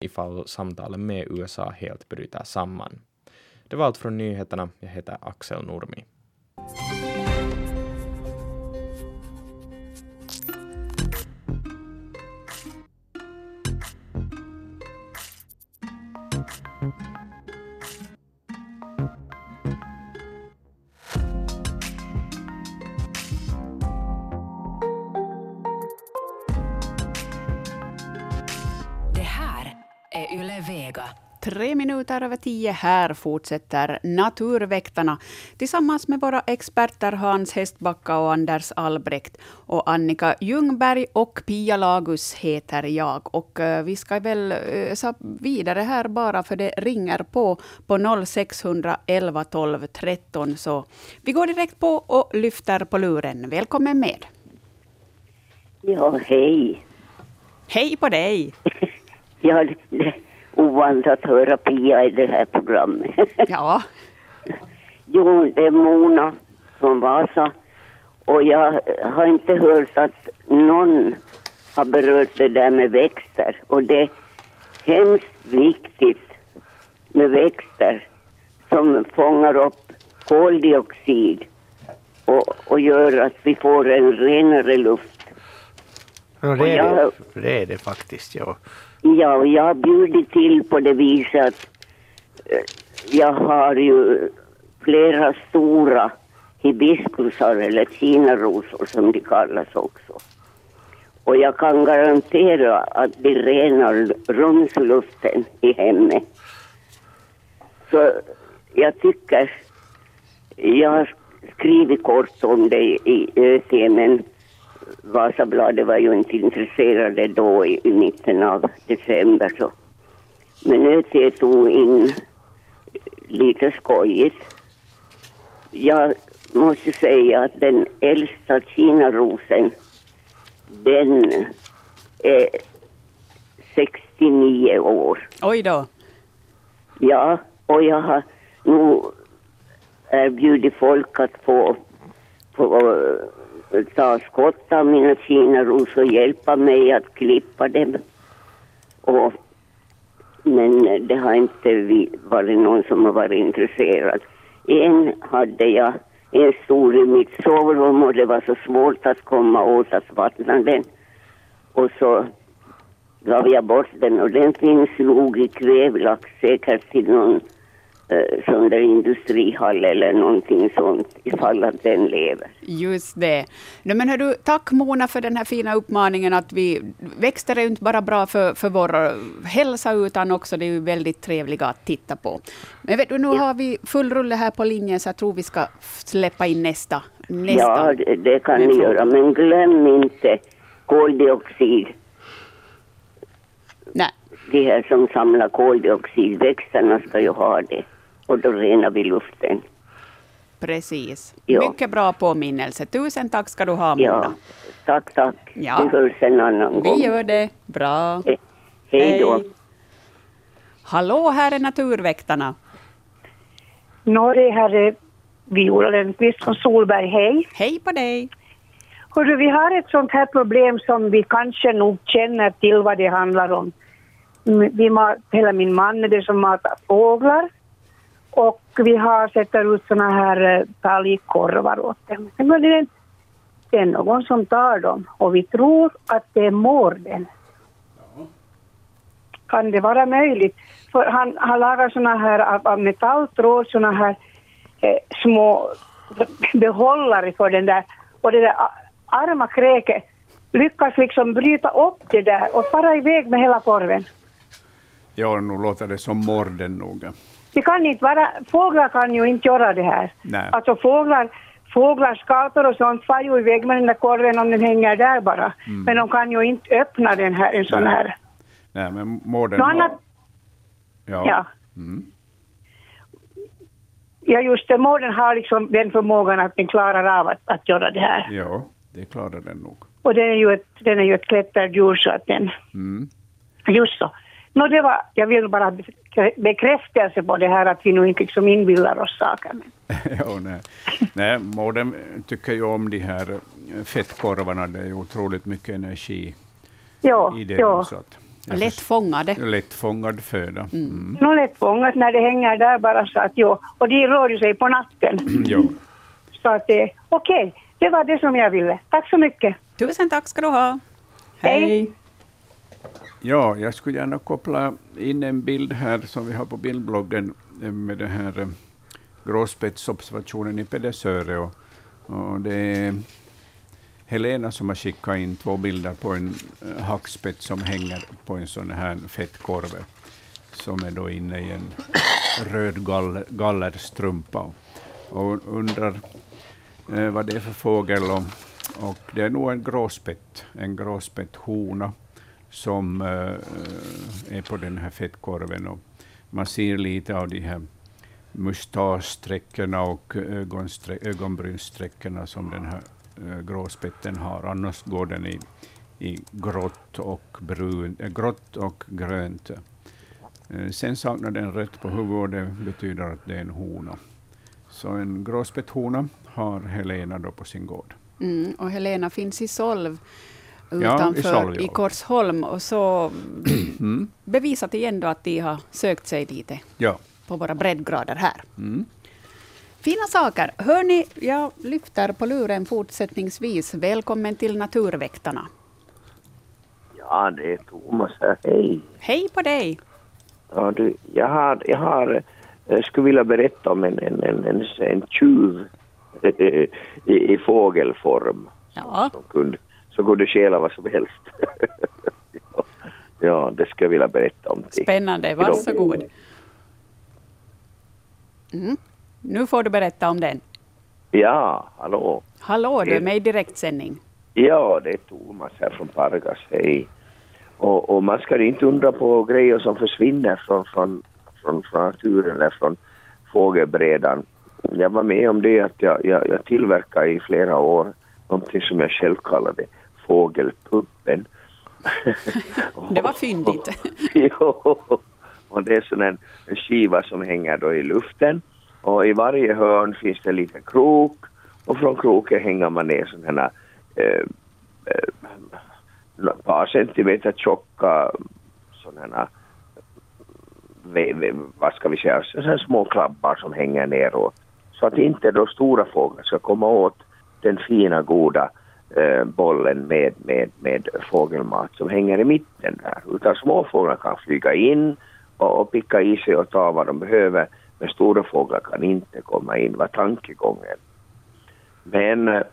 ifall samtalet med USA helt bryter samman. Det var allt från nyheterna. Jag heter Axel Nurmi. Det här är Yle Vega. 10:03 här fortsätter Naturväktarna tillsammans med våra experter Hans Hästbacka och Anders Albrecht och Annika Ljungberg och Pia Lagus heter jag. Och vi ska väl ösa vidare här bara för det ringer på 0611 12 13. Så vi går direkt på och lyfter på luren. Välkommen med. Ja, hej. Hej på dig. Ja, det är ovant att höra Pia i det här programmet. Ja. Jo, det är Mona från Vasa. Och jag har inte hört att någon har berört det där med växter. Och det är hemskt viktigt med växter som fångar upp koldioxid och gör att vi får en renare luft. Ja, det är det faktiskt, ja. Ja, och jag har bjudit till på det viset att jag har ju flera stora hibiskusar eller kinarosor som de kallas också. Och jag kan garantera att de renar rumsluften i hemmet. Så jag tycker, jag har skrivit kort om det i ÖT, men Vasabladet var ju inte intresserade då i mitten av december. Så. Men ÖT tog in lite skojigt. Jag måste säga att den äldsta kinarosen, den är 69 år. Oj då. Ja, och jag har nog erbjudit folk att få ta skott av mina kinaros och hjälpa mig att klippa dem. Men det har inte varit någon som har varit intresserad. En hade jag en stor i mitt sovrum och det var så svårt att komma åt att vattna den. Och så gav jag bort den och den finns nog i Kvävlax säkert till någon sån där industrihall eller någonting sånt ifall att den lever. Just det. No, men hördu, tack Mona för den här fina uppmaningen att växter är ju inte bara bra för vår hälsa utan också det är ju väldigt trevliga att titta på. Men vet du, nu har vi full rulle här på linjen så jag tror vi ska släppa in nästa. Ja, det kan ni göra, men glöm inte koldioxid. Nej. De här som samlar koldioxid, växterna ska ju ha det. Och då renar vi luften. Precis. Ja. Mycket bra påminnelse. Tusen tack ska du ha, Mona. Ja, tack. Ja. Vi hörs en annan gång. Vi gör det. Bra. Hej då. Hallå, här är Naturväktarna. Det här är Viola Lundqvist från Solberg. Hej. Hej på dig. Hörru, vi har ett sånt här problem som vi kanske nog känner till vad det handlar om. Hela min man är det som matar fåglar. Och vi har sett ut såna här talgkorvar åt dem. Men det är någon som tar dem. Och vi tror att det är mården. Kan det vara möjligt? För han lagar såna här av metalltråd, såna här små behållare för den där. Och det där arma kräket lyckas liksom bryta upp det där och fara iväg med hela korven. Ja, nu låter det som morden nog. Det kan inte vara, fåglar kan ju inte göra det här. Nej. Alltså fåglar, skator och sånt far ju iväg med den där korven om den hänger där bara. Men de kan ju inte öppna en sån här. Nej, men morden Något annat. Ja. Ja, just det. Morden har liksom den förmågan att den klarar av att göra det här. Ja, det klarar den nog. Och den är ju ett klätterdjur så att den... Just så. Jag vill bara bekräftelse på det här att vi nu inte liksom inbillar oss saker. Ja, nej, morden tycker ju om de här fettkorvarna. Det är ju otroligt mycket energi i det. Ja. Så att, Lättfångad föda. Nog lättfångat när det hänger där bara så att och de rör ju sig på natten. Så att okej, det var det som jag ville. Tack så mycket. Tusen tack ska du ha. Hej. Ja, jag skulle gärna koppla in en bild här som vi har på bildbloggen med den här gråspetsobservationen i Pedersöre. Och det är Helena som har skickat in 2 bilder på en hackspett som hänger på en sån här fettkorve som är då inne i en röd gallerstrumpa. Och undrar vad det är för fågel. Och det är nog en gråspetthona som är på den här fettkorven. Och man ser lite av de här mustaschsträckorna och ögonbrynsträckorna som den här gråspetten har. Annars går den i grått och grönt. Sen saknar den rött på huvudet och det betyder att det är en hona. Så en gråspetthona har Helena då på sin gård. Och Helena finns i Solv utanför i Korsholm och så bevisat igen då att de har sökt sig dit på våra breddgrader här. Fina saker. Hörni, jag lyfter på luren fortsättningsvis. Välkommen till Naturväktarna. Ja, det är Thomas här. Hej. Hej på dig. Ja, du, jag skulle vilja berätta om en tjuv i fågelform. Ja. Som kunde stjäla vad som helst. Ja, det ska jag vilja berätta om. Spännande, varsågod. Nu får du berätta om den. Ja, hallå. Hallå, du är med i direktsändning. Ja, det är Thomas här från Pargas, hej. Och man ska inte undra på grejer som försvinner från naturen eller från fågelbrädan. Jag var med om det att jag tillverkar i flera år någonting som jag själv kallade fågelpuppen. Det var fyndigt. Jo, och det är sån en skiva som hänger då i luften. Och i varje hörn finns det en liten krok. Och från kroken hänger man ner sådana par centimeter tjocka sådana vad ska vi säga, sådana små klabbar som hänger neråt. Så att inte då stora fåglar ska komma åt den fina goda bollen med fågelmat som hänger i mitten där. Utan små fåglar kan flyga in och picka i sig och ta vad de behöver. Men stora fåglar kan inte komma in, var tankegången. Men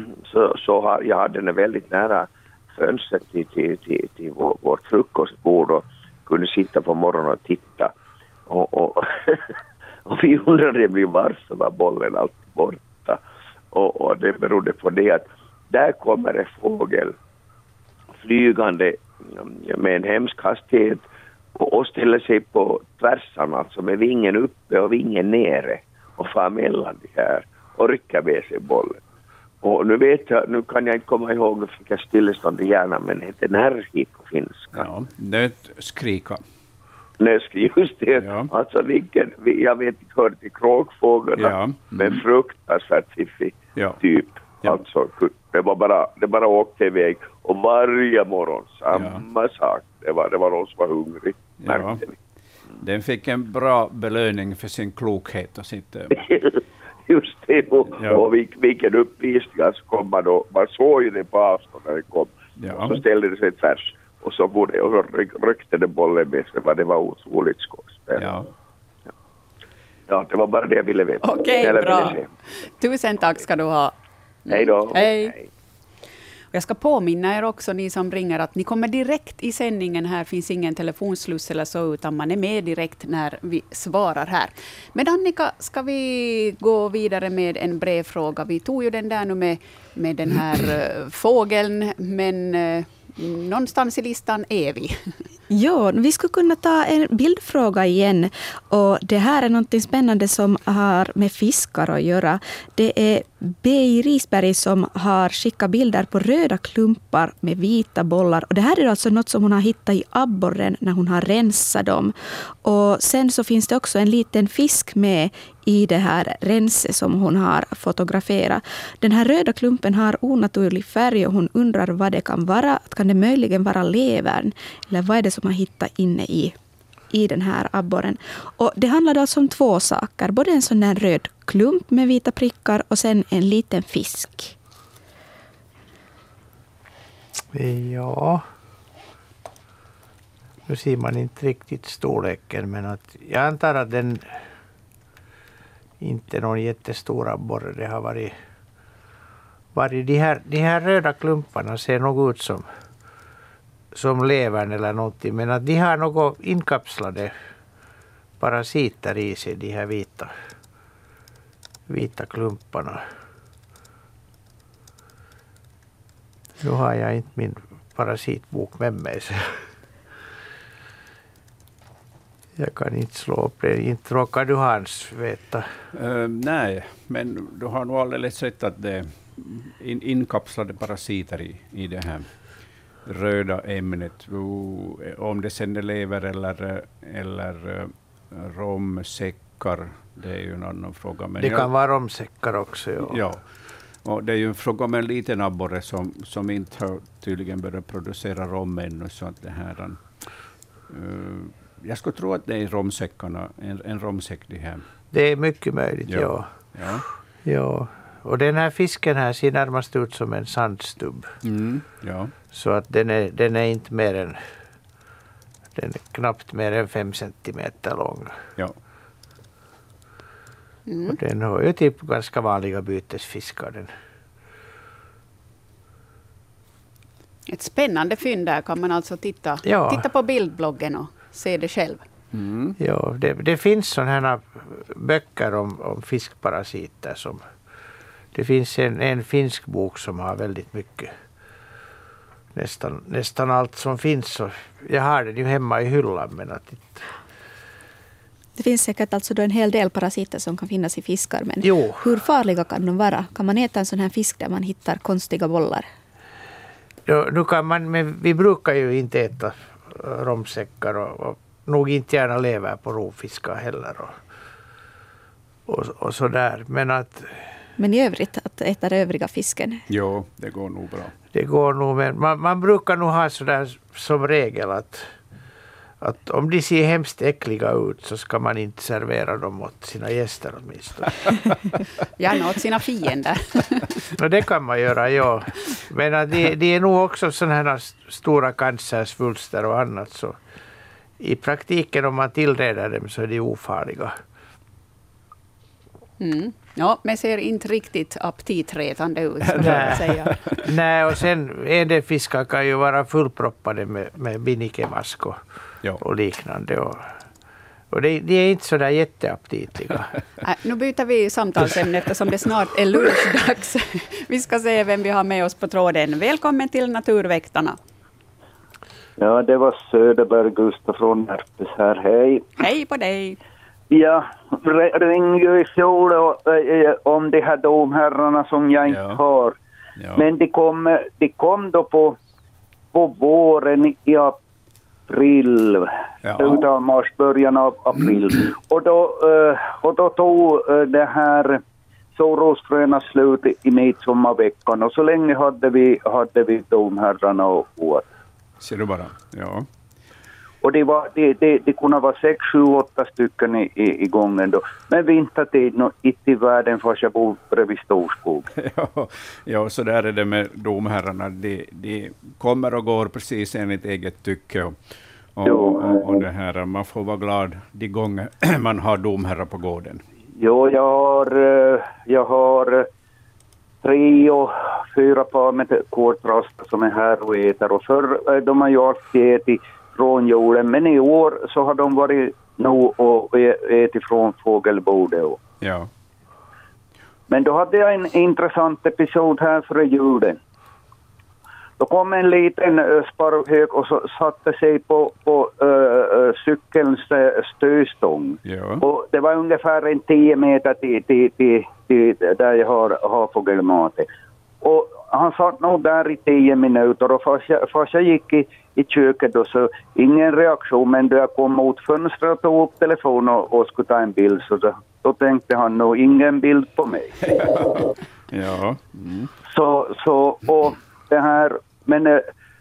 jag hade den väldigt nära fönstret till vårt frukostbord och kunde sitta på morgonen och titta. Och vi undrade varför var bollen alltid borta. Och det berodde på det att där kommer en fågel flygande med en hemsk hastighet och ställer sig på tvärsan, alltså med vingen uppe och vingen nere och far mellan de här och rycker med sig bollen. Och nu kan jag inte komma ihåg att fick jag stillestånd i hjärnan, men det heter närhip på finska. Ja, nötskrika. Just det. Ja. Alltså jag vet inte, hörde till kråkfåglarna, men fruktansvärt fiffig typ. Ja. Alltså, det bara åkte iväg och varje morgon samma sak. Det var någon som var hungrig. Ja. Den fick en bra belöning för sin klokhet och sitt... Just det, och vilken uppvisning, alltså kom man såg ju det på avstånd när det kom. Ja. Och så ställde det sig tvärs och så ryckte det bollen med sig, det var otroligt skådespel. Ja, det var bara det jag ville veta. Okej, bra. Tusen tack ska du ha. Hej då. Hej. Och jag ska påminna er också, ni som ringer, att ni kommer direkt i sändningen. Här finns ingen telefonsluss eller så, utan man är med direkt när vi svarar här. Men Annika, ska vi gå vidare med en brevfråga? Vi tog ju den där nu med den här fågeln, men någonstans i listan är vi. Ja, vi skulle kunna ta en bildfråga igen. Och det här är något spännande som har med fiskar att göra. Det är B.I. Risberg som har skickat bilder på röda klumpar med vita bollar. Och det här är alltså något som hon har hittat i abborren när hon har rensat dem. Och sen så finns det också en liten fisk med i det här renset som hon har fotograferat. Den här röda klumpen har onaturlig färg och hon undrar vad det kan vara. Kan det möjligen vara levern? Eller vad är det som har hittat inne i den här abborren? Och det handlar alltså om 2 saker. Både en sån här röd klump med vita prickar och sen en liten fisk. Ja, nu ser man inte riktigt storleken, men att jag antar att den inte är någon jättestor abborre. Det har varit de här röda klumparna ser nog ut som levern eller någonting, men att de har något inkapslade parasiter i sig, de här vita klumparna. Nu har jag inte min parasitbok med mig, så jag kan inte slå upp det. Inte råkar du Hans veta? Nej, men du har nog alldeles rätt att det är inkapslade parasiter i det här röda ämnet. Om det sen är lever eller romsäckar, det är ju en annan fråga. Men det kan vara romsäckar också. Ja. Och det är ju en fråga om en liten abborre som inte har tydligen börjat producera rom ännu. Så att det här, jag skulle tro att det är romsäckarna, en romsäck det här. Det är mycket möjligt, ja. Och den här fisken här ser närmast ut som en sandstubb. Ja. Så att den är inte mer än, den är knappt mer än 5 centimeter lång. Ja. Och den har ju typ ganska vanliga bytesfiskar. Den. Ett spännande fynd där, kan man alltså titta på bildbloggen och se det själv. Ja, det finns sådana här böcker om fiskparasiter. Det finns en finsk bok som har väldigt mycket, nästan allt som finns. Så jag har den ju hemma i hyllan, men att det finns säkert alltså då en hel del parasiter som kan finnas i fiskar. Men jo. Hur farliga kan de vara? Kan man äta en sån här fisk där man hittar konstiga bollar? Ja, nu kan man, men vi brukar ju inte äta romsäckar och nog inte gärna lever på rovfiskar heller. Och sådär. Men i övrigt, att äta den övriga fisken? Jo, det går nog bra. Det går nog, men man brukar nog ha sådär som regel att om de ser hemskt äckliga ut så ska man inte servera dem åt sina gäster åtminstone. Gärna åt sina fiender. No, det kan man göra, ja. Men de är nog också sådana här stora cancersvulster och annat. Så i praktiken om man tillreder dem så är de ofarliga. Ja, men ser inte riktigt aptitretande ut, som jag säger. Nej, och sen ädelfiskar kan ju vara fullproppade med binnikemask och liknande. Och de är inte så där jätteaptitliga. Nu byter vi samtalsämne eftersom det snart är lunchdags. Vi ska se vem vi har med oss på tråden. Välkommen till Naturväktarna. Ja, det var Söderberg Gustaf från Närpes här. Hej. Hej på dig. Ja, ringde ju i fjol om de här domherrarna som jag inte har. Ja. Men de kom då på våren i april. Slutet av mars, början av april. Och då tog det här sorosfröna slut i midsommarveckan. Och så länge hade vi domherrarna och ser du bara, ja. Och det kunde vara 6, 7, 8 stycken i gången då. Men vintertid inte i världen fast jag bor bredvid Storskog. Ja, så där är det med domherrarna. De kommer och går precis enligt eget tycke. Och det här, man får vara glad de gånger man har domherrar på gården. Jo, jag har 3 och 4 par med kortrastar som är här och äter. Och förr de har ju alltid ätit från jorden, men i år så har de varit nog och ätit från fågelbordet. Ja. Men då hade jag en intressant episod här före julen. Då kom en liten sparvhök och så satte sig på cykelns stödstång. Ja. Och det var ungefär 10 meter till där jag har fågelmaten. Och han satt nog där i 10 minuter och fast jag gick i köket då så ingen reaktion, men då jag kom mot fönstret och tog upp telefonen och skulle ta en bild så då tänkte han nog ingen bild på mig. Ja. Så och det här, men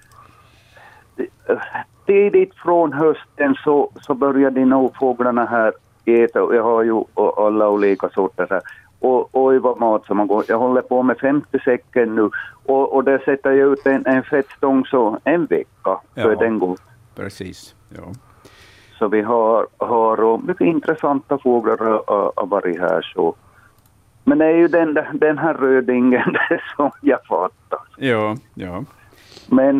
tidigt från hösten så började nog fåglarna här äta. Jag har ju alla olika sorter här. Och vad mat som man går. Jag håller på med 50 säcken nu. Och där sätter jag ut en fettstång så en vecka för den går. Precis, ja. Så vi har mycket intressanta fåglar har varit här så. Men det är ju den här rödingen som jag fattar. Ja. Men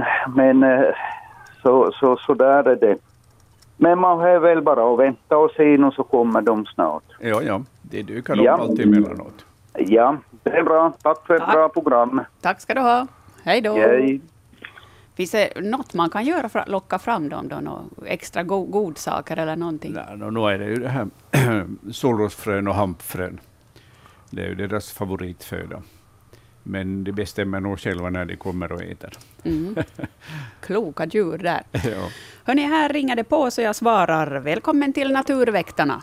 så där är det. Men man har väl bara att vänta och se och så kommer de snart. Ja. Det dyker upp alltid emellanåt. Ja, det är bra. Tack för ett bra program. Tack ska du ha. Hej då. Hej. Finns det något man kan göra för att locka fram dem då? Några extra godsaker eller någonting? Nej, nu är det ju det här solrosfrön och hampfrön. Det är ju deras favoritföda. Men de bestämmer nog själva när de kommer och äter. Kloka djur där. Ja. Hörrni, här ringer det på så jag svarar. Välkommen till Naturväktarna.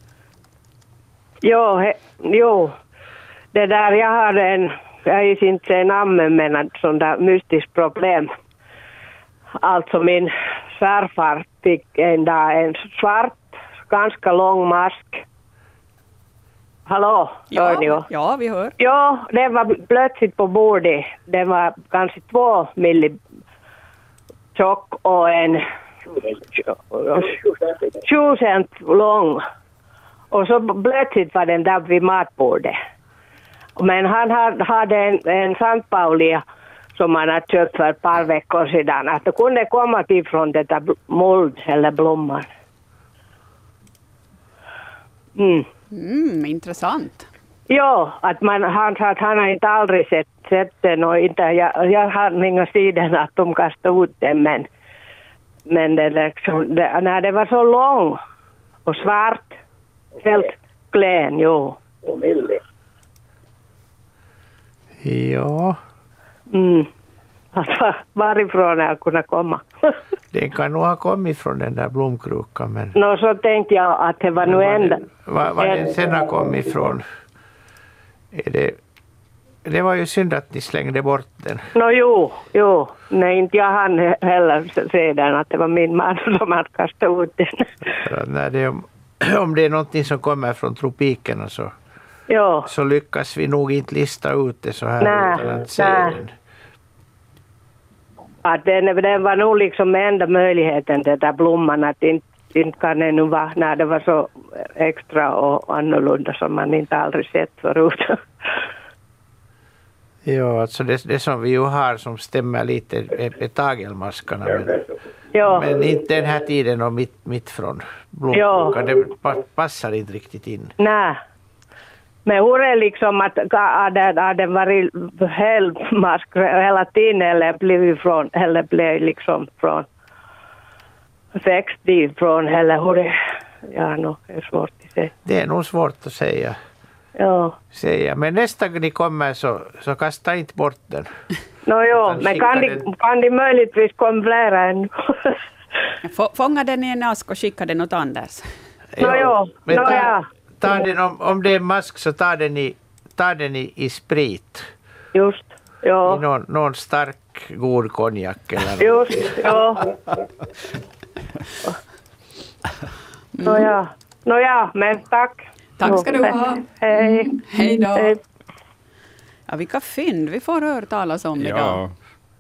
Jo. Det där, jag har jag är inte namnet men ett sånt där mystiskt problem. Alltså min svärfar fick en dag en svart, ganska lång mask. Hallå, hör ni? Ja, vi hör. Ja, den var plötsligt på bordet. Den var kanske 2 milli tjock och en 20 cent lång. Och så plötsligt var den där vid matbordet. Men han hade en Sant Paulia som han hade köpt för ett par veckor sedan. Att det kunde komma ifrån detta mold eller blomman. Intressant. Ja, att han sa att han har inte aldrig sett den och inte, jag har inga sidor att de kastar ut den men det liksom, när det var så lång och svart, helt klen, jo. Och millig. Ja. Alltså, varifrån jag kunde komma. Den kan nog ha kommit från den där blomkrukan. Men så tänkte jag att det var nu ända. Var den sen har kommit ifrån? Det var ju synd att ni slängde bort den. Jo. Nej, inte jag hann heller se den, att det var min man som hade kastat ut den. Om det är någonting som kommer från tropikerna så lyckas vi nog inte lista ut det så här utan att se den. Att den var nog liksom enda möjligheten, den där blomman, att inte kan det nu vara när det var så extra och annorlunda som man inte aldrig sett förut. Ja, alltså det som vi ju har som stämmer lite är tagelmaskarna. Men inte den här tiden och mitt från blomkrukan. Det passar inte riktigt in. Nej. Men hur är liksom att det varit helmask hela tiden eller blev liksom från växt ifrån eller hur det är svårt att säga. Det är nog svårt att säga. Ja. Men nästa gång ni kommer så kasta inte bort den. Men kan de möjligtvis komma flera ännu? Fånga den i en ask och skicka den åt Anders. Ta den, om det är mask så ta den i sprit. Just, ja. I någon stark god konjak eller något. Just, ja. Nåja, men tack. Tack ska du ha. Hej. Hej då. Ja, vilka fynd vi får höra talas om idag.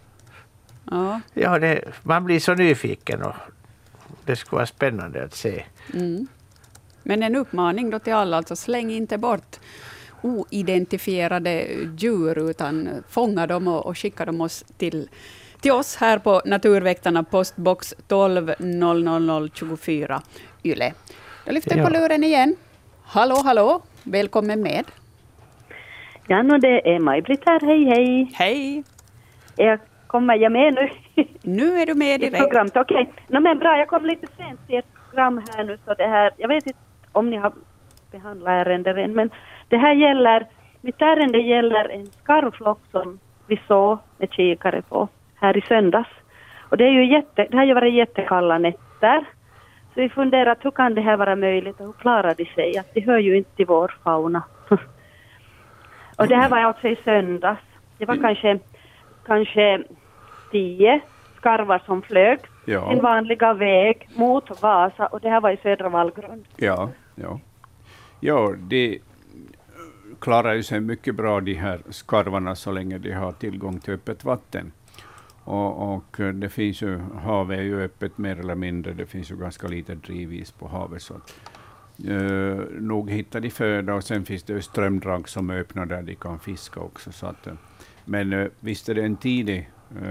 Ja, man blir så nyfiken och det skulle vara spännande att se. Men en uppmaning då till alla, alltså släng inte bort oidentifierade djur utan fånga dem och skicka dem till oss här på Naturväktarna, postbox 12 00024 Yle. Jag lyfter på luren igen. Hallå, välkommen med. Ja, det är Maj-Britt här. Hej. Hej. Kommer jag med nu? Nu är du med direkt. Okej. Men bra, jag kom lite sent till ett program här nu så det här, jag vet inte om ni har behandlat ärenden än, men det här mitt ärende gäller en skarvflock som vi såg med kikare på här i söndags. Och det har ju varit jättekalla nätter. Så vi funderar att hur kan det här vara möjligt och hur klarar de sig? Att det hör ju inte till vår fauna. Och det här var alltså i söndags. Det var kanske 10 skarvar som flög sin vanliga väg mot Vasa. Och det här var i södra Vallgrund. Ja, de klarar ju sig mycket bra, de här skarvarna, så länge de har tillgång till öppet vatten. Och det finns ju, havet är ju öppet mer eller mindre, det finns ju ganska lite drivis på havet, så nog hittar de föda, och sen finns det ju strömdrag som öppnar där de kan fiska också. Så att, men visst är det en tidig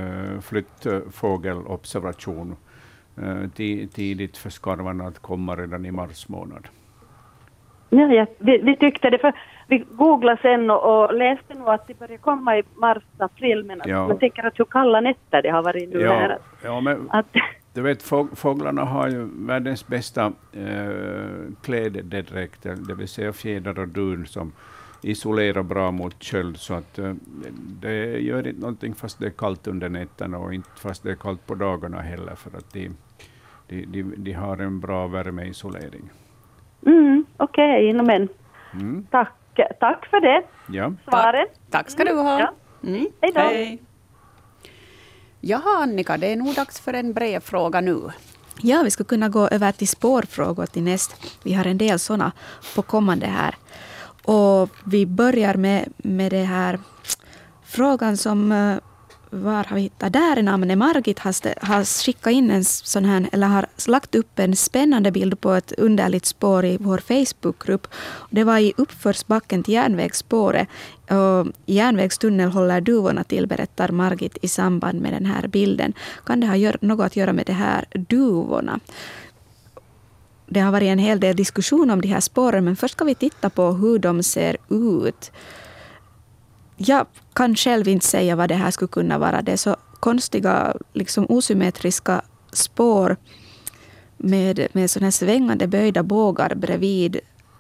flyttfågelobservation, tidigt för skarvarna att komma redan i mars månad. Ja, vi tyckte det, för vi googlade sen och läste nog att det började komma i mars-april, men man tänker att hur kalla nätter det har varit nu här. Ja, men du vet, fåglarna har ju världens bästa klädedräkter, det vill säga fjädrar och dun som isolerar bra mot köld, så att det gör inte någonting fast det är kallt under nätterna och inte fast det är kallt på dagarna heller, för att de har en bra värmeisolering. Okej, men tack för det. Ja. Svaren. Tack ska du ha. Ja. Hej då. Hej. Jaha, Annika, det är nog dags för en brevfråga nu. Ja, vi ska kunna gå över till spårfrågor till näst. Vi har en del sådana på kommande här. Och vi börjar med det här frågan som... Var har vi hittat? Där är namnet. Margit har skickat in en sån här, eller har lagt upp en spännande bild på ett underligt spår i vår Facebookgrupp. Det var i uppförsbacken till järnvägsspåret. Och i järnvägstunnel håller duvorna till, berättar Margit i samband med den här bilden. Kan det ha något att göra med det här duvorna? Det har varit en hel del diskussion om de här spåren, men först ska vi titta på hur de ser ut. Jag kan själv inte säga vad det här skulle kunna vara. Det är så konstiga, liksom osymmetriska spår med sådana här svängande böjda bågar bredvid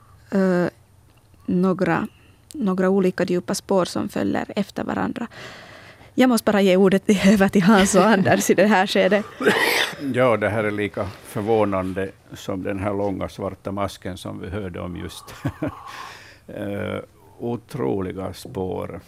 några olika djupa spår som följer efter varandra. Jag måste bara ge ordet över till Hans och Anders i det här skedet. Ja, det här är lika förvånande som den här långa svarta masken som vi hörde om just. Otroliga spår.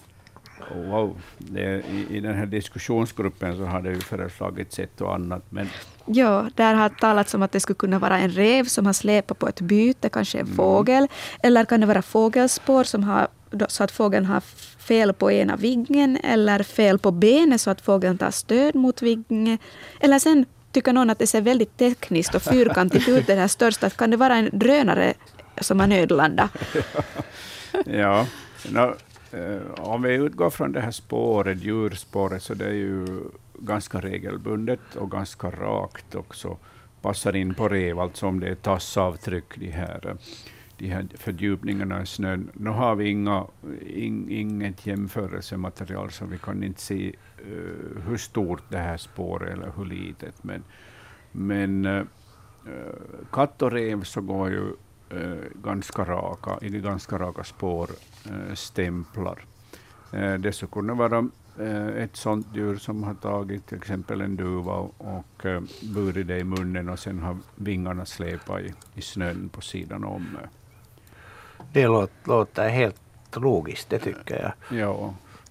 Wow. I den här diskussionsgruppen så har det ju föreslagits ett och annat. Men... Ja, där har talats om att det skulle kunna vara en rev som har släpat på ett byte, kanske en fågel. Eller kan det vara fågelspår som har, så att fågeln har fel på ena vingen, eller fel på benet så att fågeln tar stöd mot vingen. Eller sen tycker någon att det ser väldigt tekniskt och fyrkantigt ut, det här största. Kan det vara en drönare som har nödlandat? Ja, om vi utgår från det här spåret, djurspåret, så det är ju ganska regelbundet och ganska rakt också. Passar in på rev, alltså om det är tassavtryck, de här fördjupningarna i snön. Nu har vi inget jämförelsematerial, så vi kan inte se hur stort det här spåret eller hur litet. Men katt och rev så går ju ganska raka spår, stämplar. Det skulle kunna vara ett sånt djur som har tagit till exempel en duva och burit det i munnen och sen har vingarna släpat i snön på sidan om. Det låter helt logiskt, det tycker jag. Ja.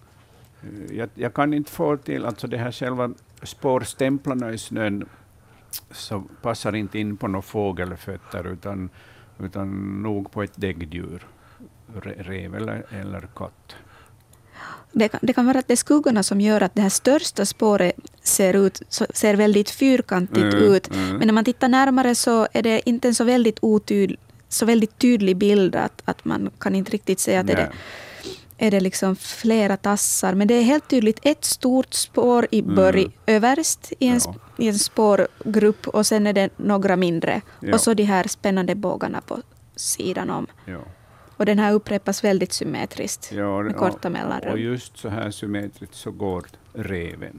Jag kan inte få till, alltså det här själva spårstämplarna i snön så passar inte in på några fågelfötter utan nog på ett däggdjur, rev eller katt. Det kan vara att det är skuggorna som gör att det här största spåret ser väldigt fyrkantigt ut. Men när man tittar närmare så är det inte en så väldigt tydlig bild att man kan inte riktigt säga att är det liksom flera tassar. Men det är helt tydligt ett stort spår i överst i en spårgrupp, och sen är det några mindre. Ja. Och så de här spännande bågarna på sidan om. Ja. Och den här upprepas väldigt symmetriskt med korta mellanrum. Och just så här symmetriskt så går reven.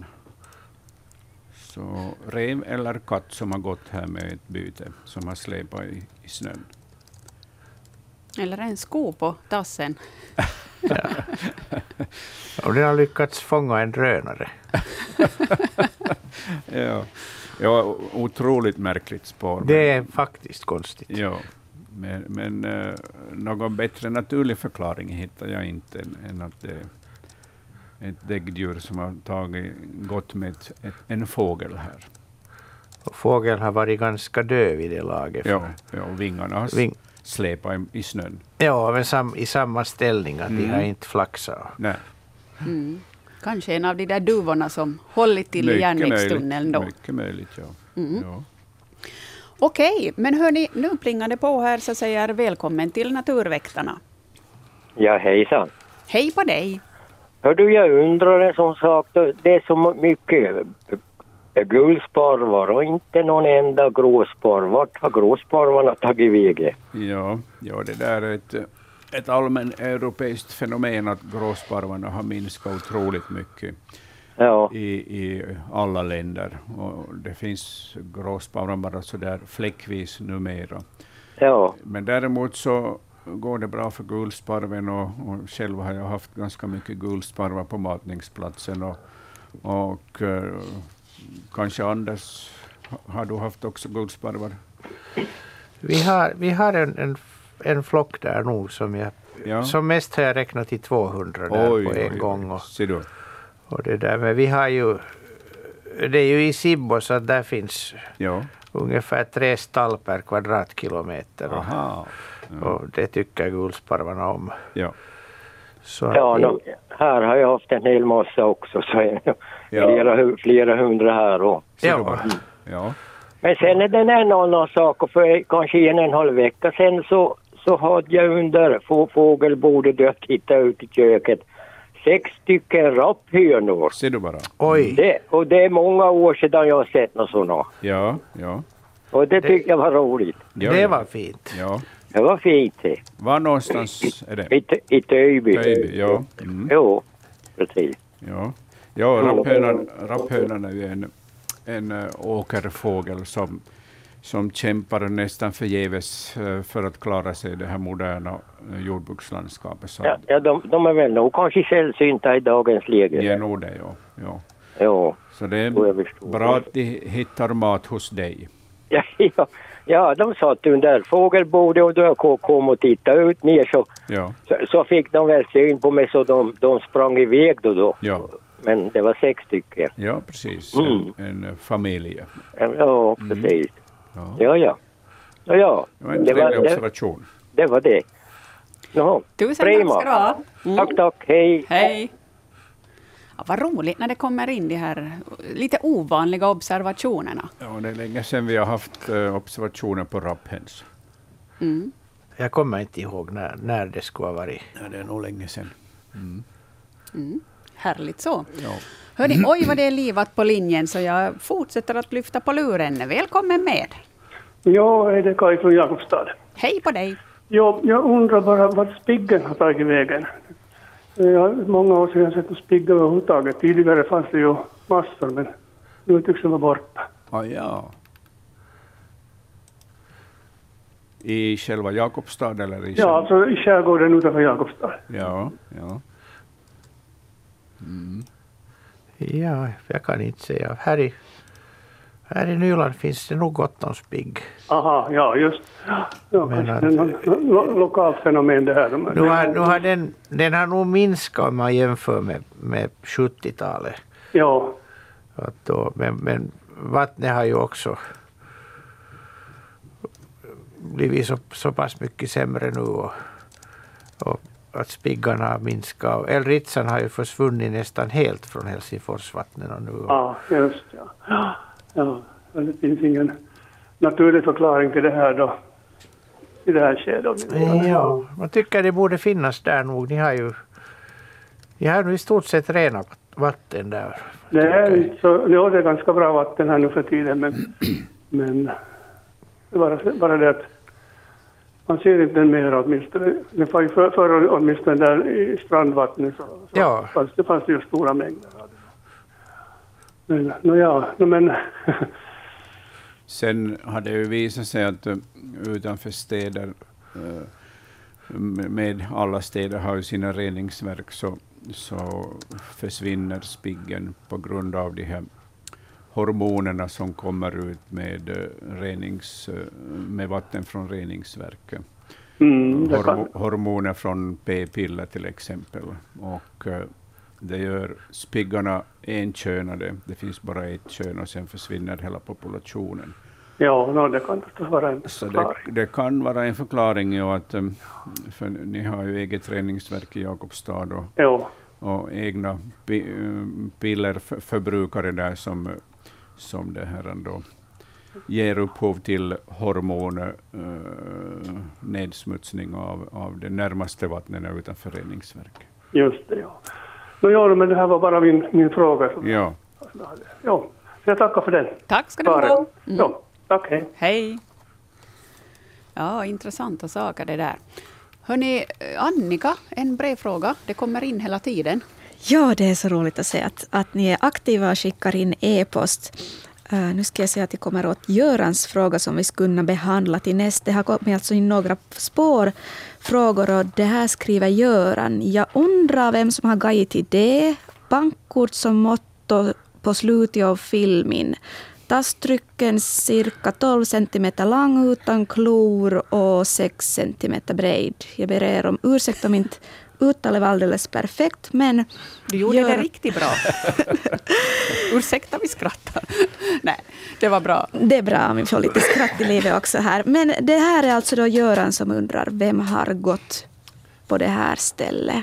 Så rev eller katt som har gått här med ett byte som har släpat i snön. Eller en sko på tassen. Och den har lyckats fånga en drönare. Ja, otroligt märkligt spår. Det är faktiskt konstigt. Ja, men någon bättre naturlig förklaring hittar jag inte än att det är ett däggdjur som har gått med en fågel här. Och fågeln har varit ganska döv i det laget. Ja, och vingarna har släpat i snön. Ja, men i samma ställning, att de har inte flaxat. Nej. Kanske en av de där duvorna som hållit till i järnvägstunneln då. Mycket möjligt, ja. Ja. Okej, men hörni, nu plingar det på här så säger välkommen till Naturväktarna. Ja, hejsan. Hej på dig. Hör du, jag undrar en sån sak. Det är så mycket guldsparvar och inte någon enda gråsparv. Vart har gråsparvarna tagit vägen? Ja, det där är ett allmän europeiskt fenomen att gråsparvarna har minskat otroligt mycket i alla länder. Och det finns gråsparvar bara så där fläckvis numera. Ja. Men däremot så går det bra för guldsparven och själv har jag haft ganska mycket guldsparvar på matningsplatsen och kanske Anders, har du haft också guldsparvar? Vi har en flock där nog som mest har jag räknat till 200 där på en gång. Och det där, men vi har ju, det är ju i Sibbo så att där finns ungefär 3 stall per kvadratkilometer. Och det tycker guldsparvarna om. Ja. Så här har jag haft en hel massa också, så flera hundra här. Ja. Men sen är det en annan sak, och för kanske 1,5 vecka sen så hade jag under fågelbordet dött hitta ut i köket 6 stycken rapphönor. Ser du bara? Oj. Och det är många år sedan jag har sett något sådana. Ja. Och det tyckte jag var roligt. Det var fint. Ja. Det var fint. Var någonstans är det? I Töjby. Ja. Jo, precis. Ja, rapphönan är ju en åkerfågel som kämpar nästan förgäves för att klara sig i det här moderna jordbrukslandskapet. Ja, de är väl nog kanske sällsynta i dagens läge. Ja, nog det, ja. Så det är bra att de hittar mat hos dig. Ja, de satt under fågelbordet och då jag kom och tittade ut ner så fick de väl syn på mig, så de sprang iväg då. Ja. Men det var 6 stycken. Ja, precis. En familj. Ja, precis. Ja. Det var en trevlig observation. Det var det. Tusen tack ska du ha. Tack. Hej. Ja, vad roligt när det kommer in de här lite ovanliga observationerna. Ja, det är länge sedan vi har haft observationer på rapphöns. Jag kommer inte ihåg när det skulle ha varit. Ja, det är nog länge sedan. Härligt så. Ja. Hörni, oj vad det är livat på linjen, så jag fortsätter att lyfta på luren. Välkommen med. Ja, är det Kaj från Jakobstad. Hej på dig. Ja, jag undrar bara vad spiggen har tagit vägen. Många år sedan jag sett en spigg överhuvudtaget. Tidigare fanns det ju massor, men nu tycks det vara borta. Ja. I själva Jakobstad eller i Ja, alltså i skärgården utanför Jakobstad. Ja. Ja, jag kan inte säga. Här i Nyland finns det nog gott om spigg. Aha, ja, just. Ja, kanske lokalt fenomen det här. Nu har den har nog minskat om man jämför med 70-talet. Ja. Men vattnet har ju också blivit så pass mycket sämre nu och att spiggarna har minskat. Älgritsan har ju försvunnit nästan helt från Helsingforsvattnen nu. Ja, just ja. Det finns ingen naturlig förklaring till det här då. I det här skedet. Ja, man tycker det borde finnas där nog. Ni har nu i stort sett rena vatten där. Det är ganska bra vatten här nu för tiden, men det är bara det att man ser inte den mer åtminstone. Det var ju förr åtminstone där i strandvattnet så fanns det ju stora mängder av det. Men sen har det ju visat sig att utanför städer med alla städer har ju sina reningsverk, så försvinner spiggen på grund av de här hormonerna som kommer ut med vatten från reningsverket. Hormoner från p-piller till exempel. Och det gör spiggarna enkönade. Det finns bara ett kön och sen försvinner hela populationen. Ja, det kan vara en förklaring. Det kan vara en förklaring, för ni har ju eget reningsverk i Jakobstad och egna pillerförbrukare där som det här ändå ger upphov till hormoner, nedsmutsning av det närmaste vattnet utanför reningsverk. Just det, ja. Men det här var bara min fråga. Ja, så jag tackar för den. Tack ska du ha. Ja, tack, hej. Hej. Ja, intressanta saker det där. Hörrni, Annika, en brevfråga. Det kommer in hela tiden. Ja, det är så roligt att se att ni är aktiva och skickar in e-post. Nu ska jag säga att det kommer åt Görans fråga som vi skulle kunna behandla till nästa. Det har kommit alltså in några spårfrågor och det här skriver Göran. Jag undrar vem som har gajit till det. Bankkort som motto på slutet av filmen. Tasktrycken cirka 12 cm lång utan klor och 6 cm bred. Jag ber er om ursäkt om inte uttalet var alldeles perfekt, men du gjorde det riktigt bra. Ursäkta, vi skrattar. Nej, det var bra. Det är bra om vi får lite skratt i livet också här. Men det här är alltså då Göran som undrar vem har gått på det här stället.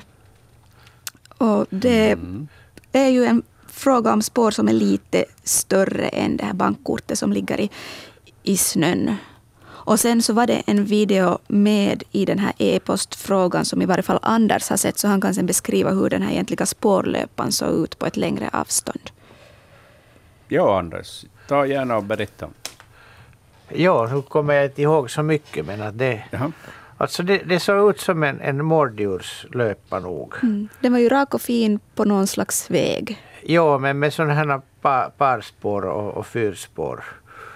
Och det är ju en fråga om spår som är lite större än det här bankkortet som ligger i snön. Och sen så var det en video med i den här e-postfrågan som i varje fall Anders har sett, så han kan sen beskriva hur den här egentliga spårlöpan såg ut på ett längre avstånd. Ja, Anders, ta gärna och berätta. Ja, nu kommer jag inte ihåg så mycket, men att det såg ut som en mårddjurslöpa nog. Den var ju rak och fin på någon slags väg. Ja, men med sådana här parspår och fyrspår.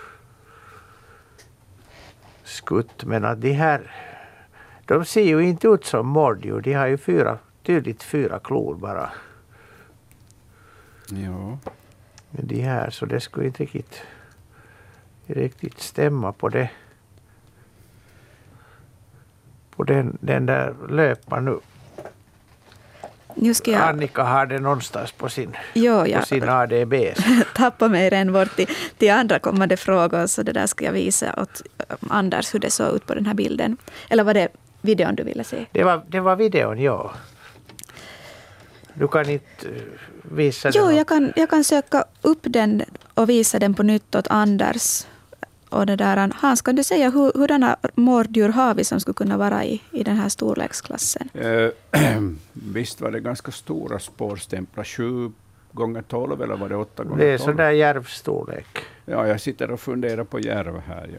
Skutt, men att de ser ju inte ut som mårddjur. De har ju tydligt fyra klor bara. Ja. Men de här, så det skulle inte riktigt stämma på det. På den där löpan nu. Nu ska jag... Annika har det någonstans på sin ADB. Tappa mig redan bort till andra kommande frågor, så det där ska jag visa åt Anders hur det såg ut på den här bilden. Eller var det videon du ville se? Det var videon, ja. Du kan inte visa den? Jo, jag kan söka upp den och visa den på nytt åt Anders. Och det där, Hans, kan du säga hurdana mårddjur har vi som skulle kunna vara i den här storleksklassen? Visst var det ganska stora spårstämplar, 7x12 eller var det 8x12? Det är sån där järvstorlek. Ja, jag sitter och funderar på järv här.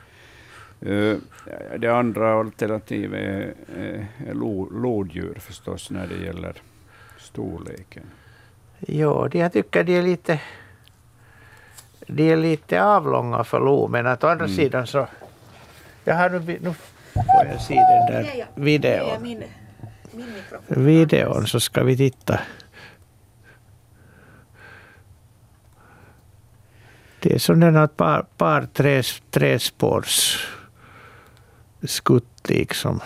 Det andra alternativet är lodjur förstås när det gäller storleken. Ja, jag tycker de är lite avlånga för lo, men att å andra sidan så... Nu får jag se den där videon. Videon, så ska vi titta. Det är sån där par träspårs skutt liksom.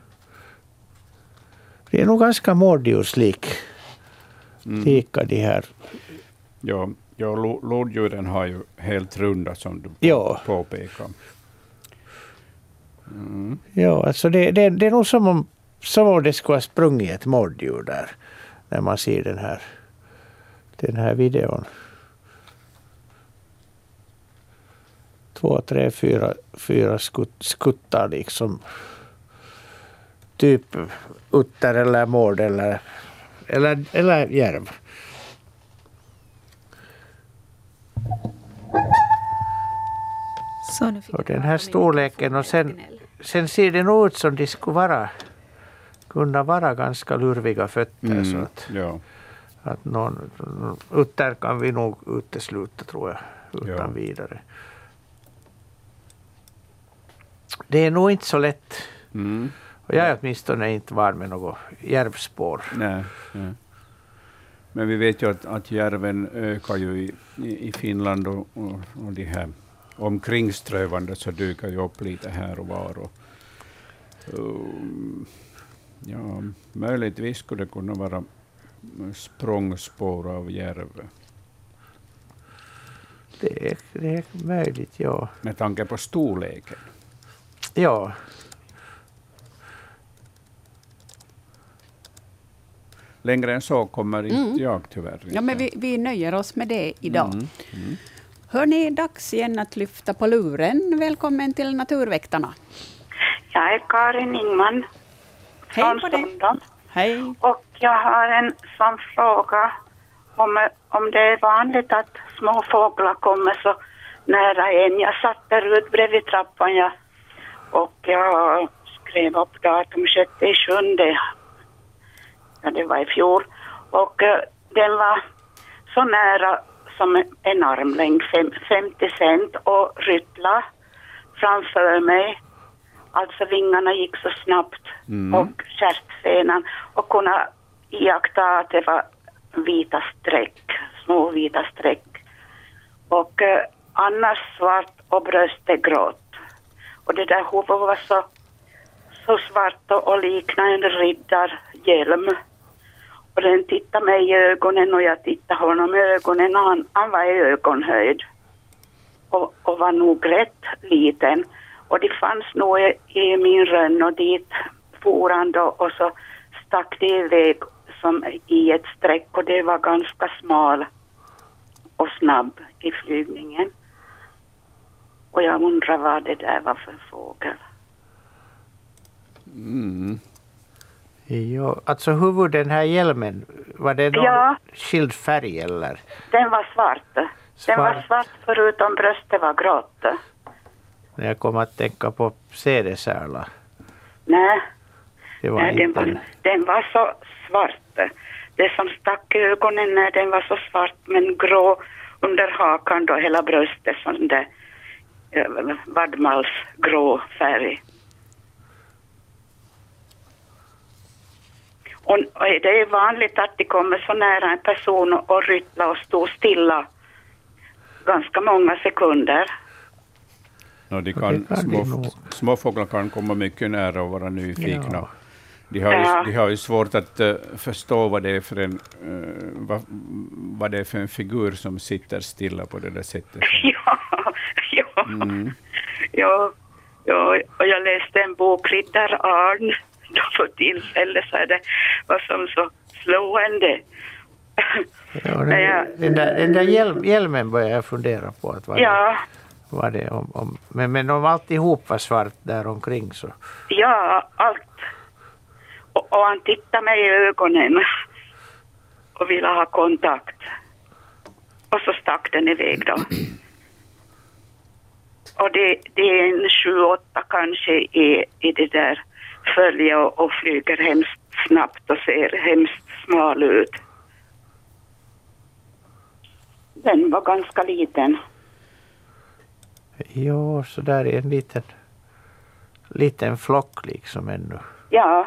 Det är nog ganska mårddjurslik. Lika de här. Ja, lodjuren har ju helt runda som du påpekar. Ja, alltså det är nog som om det skulle ha sprungit ett mårddjur där. När man ser den här videon. 2, 3, 4 skuttar liksom. Typ utter eller mård eller järv. Och den här storleken, och sen ser det nog ut som de skulle kunna vara ganska lurviga fötter. Så att någon utter kan vi nog utesluta, tror jag, utan vidare. Det är nog inte så lätt Och jag är åtminstone inte van med något järvspår. Nej. Men vi vet ju att järven ökar ju i Finland och de här omkringströvande så dyker ju upp lite här och var. Ja, möjligtvis skulle det kunna vara språngspår av järv. Det är möjligt, ja. Med tanke på storleken. Ja. Längre än så kommer inte jag tyvärr. Ja, men vi nöjer oss med det idag. Hörrni, dags igen att lyfta på luren. Välkommen till Naturväktarna. Jag är Karin Ingman. Hej på dig. Hej. Och jag har en sån fråga om det är vanligt att små fåglar kommer så nära en. Jag satt där ut bredvid trappan och jag skrev upp datum 6/7. Ja, det var i fjol. Och den var så nära som en armlängd, 50 cent, och ryttla framför mig. Alltså vingarna gick så snabbt och stjärtsenan, och kunna iaktta att det var vita streck, små vita streck. Och annars svart och bröstet grått. Och det där huvudet var så svart och liknade en riddarhjälm. Och den tittade mig i ögonen och jag tittade honom i ögonen, och han var i ögonhöjd. Och var nog rätt liten. Och det fanns nog i min rönn, och dit for han då, och så stack det iväg som i ett streck, och det var ganska smal och snabb i flygningen. Och jag undrar vad det där var för fågel. Ja, alltså hur den här hjälmen, var det någon skild färg eller? Den var svart. Den var svart förutom bröstet var grått. När jag kom att tänka på sädesärla. Nej, Nej, den var så svart. Det som stack i ögonen, den var så svart, men grå under hakan då, hela bröstet, sån där vadmalsgrå färg. Och det är vanligt att de kommer så nära en person och ryttla och stå stilla ganska många sekunder. Ja, småfåglar kan komma mycket nära och vara nyfikna. Ja. De har ju svårt att förstå vad det är för en figur som sitter stilla på det där sättet. Ja, och jag läste en bok, Riddararn, då för tillfälle, så det var som så slående. Ja, den där hjälmen börjar jag fundera på att vad det om men om alltihop var svart där omkring så. Ja, allt. Och han tittade mig i ögonen och ville ha kontakt. Och så stack den iväg då. Och det är en 7-8 kanske i det där följe och flyger hemskt snabbt och ser hemskt smal ut. Den var ganska liten. Jo, så där är en liten flock liksom ännu. Ja.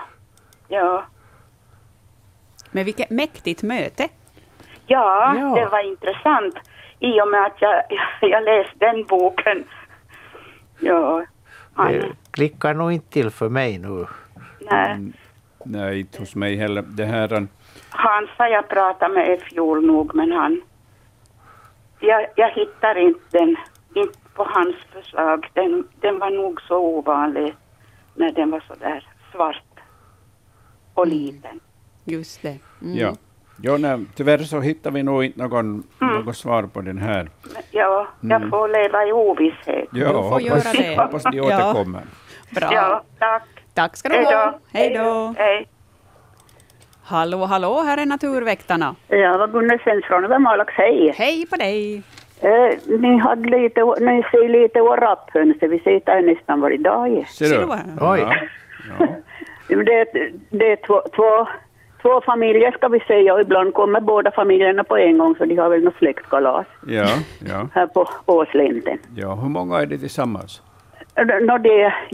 Men vilket mäktigt möte. Ja, det var intressant. I och med att jag läste den boken. Ja. Det klickar nog inte till för mig nu. Nej, inte hos mig heller. Det här... Hans har jag pratat med i fjol nog, men jag hittar inte på hans förslag. Den var nog så ovanlig när den var så där svart och liten. Just det. Ja, tyvärr så hittar vi nog inte något svar på den här. Ja, jag får leva i ovisshet. Ja, du får göra det. Hoppas de återkommer. Bra. Ja, tack. Tack ska du ha. Hej då. Hej. Hallå, här är Naturväktarna. Ja, vad Gunnar Svensson över Malax, hej. Hej på dig. Ni ser lite rapphönser, vi ser där nästan varje dag. Ser du? Oj. Ja. Det är två familjer ska vi säga, och ibland kommer båda familjerna på en gång, så de har väl något släktkalas. Ja. Här på Åslinden. Ja, hur många är det tillsammans? Det är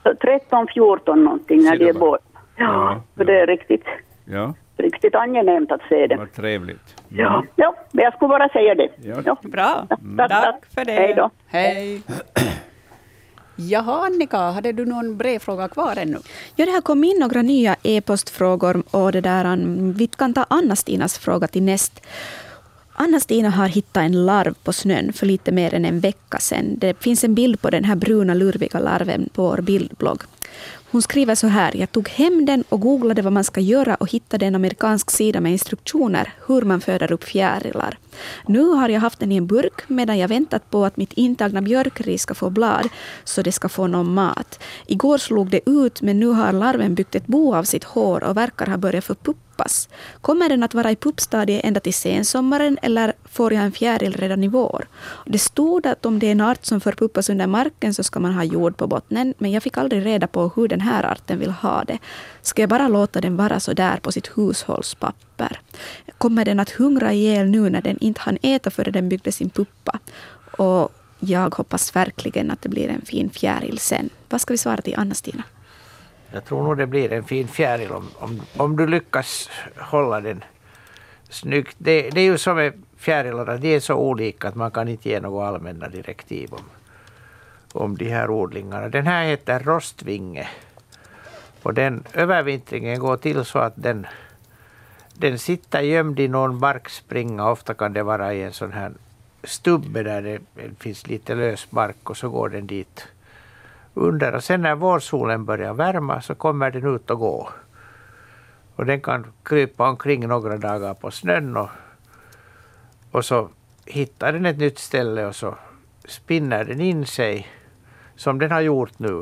13-14 någonting när det är båt. Ja, för det är riktigt angenämt att se det. Vad trevligt. Ja, men jag skulle bara säga det. Ja. Bra, tack för det. Hej då. Hej. Jaha, Annika, hade du någon brevfråga kvar ännu? Ja, det har kommit in några nya e-postfrågor och vi kan ta Anna-Stinas fråga till näst. Anna-Stina har hittat en larv på snön för lite mer än en vecka sedan. Det finns en bild på den här bruna lurviga larven på vår bildblogg. Hon skriver så här: jag tog hem den och googlade vad man ska göra och hittade en amerikansk sida med instruktioner hur man föder upp fjärilar. Nu har jag haft den i en burk medan jag väntat på att mitt intagna björkris ska få blad så det ska få någon mat. Igår slog det ut, men nu har larven byggt ett bo av sitt hår och verkar ha börjat förpuppas. Kommer den att vara i puppstadiet ända till sensommaren eller får jag en fjäril redan i vår? Det stod att om det är en art som förpuppas under marken så ska man ha jord på bottnen, men jag fick aldrig reda på hur den här arten vill ha det. Ska jag bara låta den vara så där på sitt hushållspapper? Kommer den att hungra ihjäl nu när den inte hann äta före den byggde sin puppa? Och jag hoppas verkligen att det blir en fin fjäril sen. Vad ska vi svara till Anna-Stina? Jag tror nog det blir en fin fjäril om du lyckas hålla den snyggt. Det är ju som med fjärilarna, de är så olika att man kan inte ge några allmänna direktiv om de här odlingarna. Den här heter rostvinge. Och den övervintringen går till så att den sitter gömd i någon barkspringa. Ofta kan det vara i en sån här stubbe där det finns lite lös bark och så går den dit under. Och sen när vårsolen börjar värma så kommer den ut och gå. Och den kan krypa omkring några dagar på snön och så hittar den ett nytt ställe och så spinner den in sig som den har gjort nu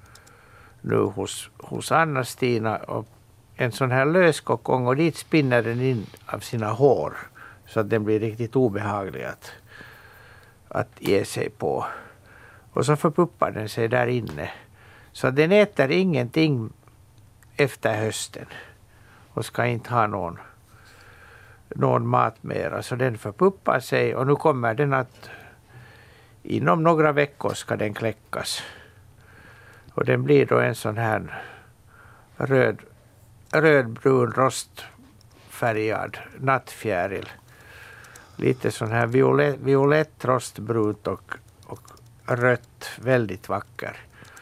hos Anna-Stina och en sån här löskokong och dit spinner den in av sina hår så att den blir riktigt obehaglig att ge sig på. Och så förpuppar den sig där inne. Så den äter ingenting efter hösten och ska inte ha någon mat mera. Så den förpuppar sig och nu kommer den att inom några veckor ska den kläckas. Och den blir då en sån här rödbrun rostfärgad nattfjäril. Lite sån här violett rostbrunt och rött, väldigt vacker.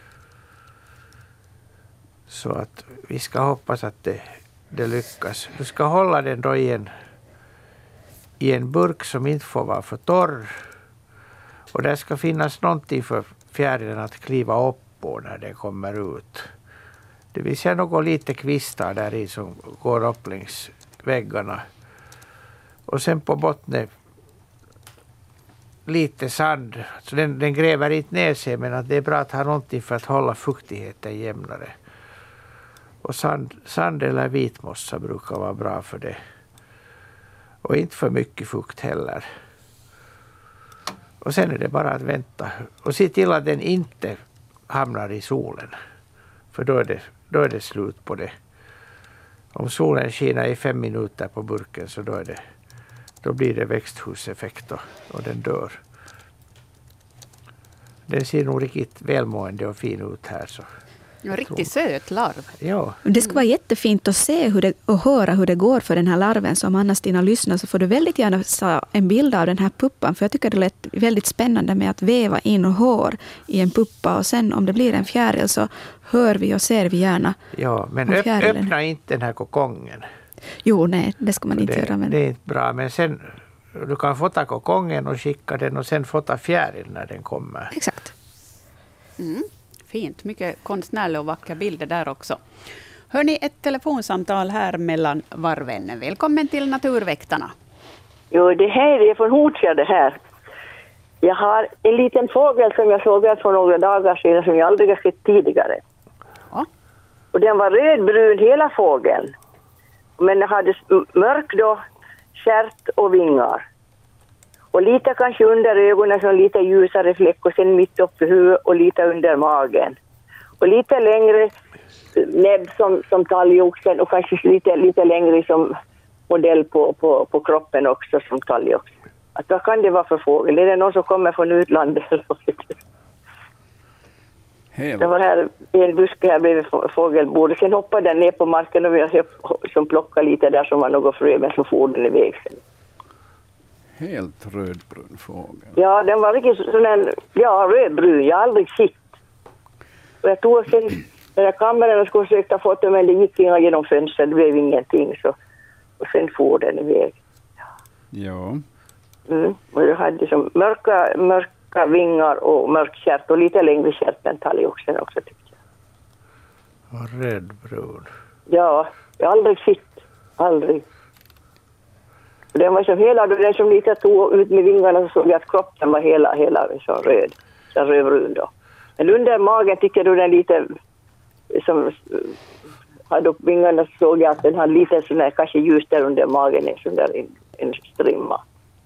Så att vi ska hoppas att det lyckas. Du ska hålla den då i en burk som inte får vara för torr. Och där ska finnas någonting för fjärilen att kliva upp på när den kommer ut. Det vill säga något lite kvistar där i som går upp längs väggarna. Och sen på botten lite sand. Så den gräver inte ner sig, men att det är bra att ha någonting för att hålla fuktigheten jämnare. Och sand eller vitmossa brukar vara bra för det. Och inte för mycket fukt heller. Och sen är det bara att vänta. Och se till att den inte hamnar i solen. För då är det slut på det. Om solen skiner i 5 minuter på burken så då blir det växthuseffekt och den dör. Den ser nog riktigt välmående och fin ut här. Så. Ja, riktigt söt larv. Ja. Det skulle vara jättefint att se och höra hur det går för den här larven. Så om Anna-Stina lyssnar så får du väldigt gärna ta en bild av den här puppan. För jag tycker det lät väldigt spännande med att väva in hår i en puppa. Och sen om det blir en fjäril så hör vi och ser vi gärna. Ja, men öppna inte den här kokongen. Jo, nej, det ska man inte göra. Men... Det är inte bra, men sen du kan fota kokongen och skicka den och sen fota fjäril när den kommer. Exakt. Mm. Fint, mycket konstnärliga och vackra bilder där också. Hörni, ett telefonsamtal här mellan varven. Välkommen till Naturväktarna. Jo, det här är från Hotja det här. Jag har en liten fågel som jag såg för några dagar sedan som jag aldrig har sett tidigare. Ja. Och den var rödbrun hela fågeln. Men den hade mörk då, kärt och vingar. Och lite kanske under ögonen som lite ljusare fläck och sen mitt upp i huvudet och lite under magen. Och lite längre näbb som talgoxen och kanske lite längre som modell på kroppen också som talgoxen. Att vad kan det vara för fågel? Är det någon som kommer från utlandet? Det var här i en buske här bredvid fågelbordet. Sen hoppade den ner på marken och vi har som plockade lite där som var något frö, men så for den iväg sen. Helt rödbrun fågel. Ja, den var riktigt sån där, rödbrun. Jag har aldrig sett. Och jag tog sen den där kameran och skulle försöka få det, men det gick inga genom fönstret, det blev ingenting. Så. Och sen for den iväg. Ja. Och jag hade som mörka vingar och mörk kärt och lite längre kärt än talgoxen också, tyckte jag. Och rödbrun. Ja, jag har aldrig sett. Aldrig. Den var som hela, den som lite tog ut med vingarna så såg jag att kroppen var hela så röd. Så rödbrun då. Men under magen tycker du den lite som hade upp vingarna, så såg jag att den hade lite sån här kanske ljus där under magen, en sån där en strimma.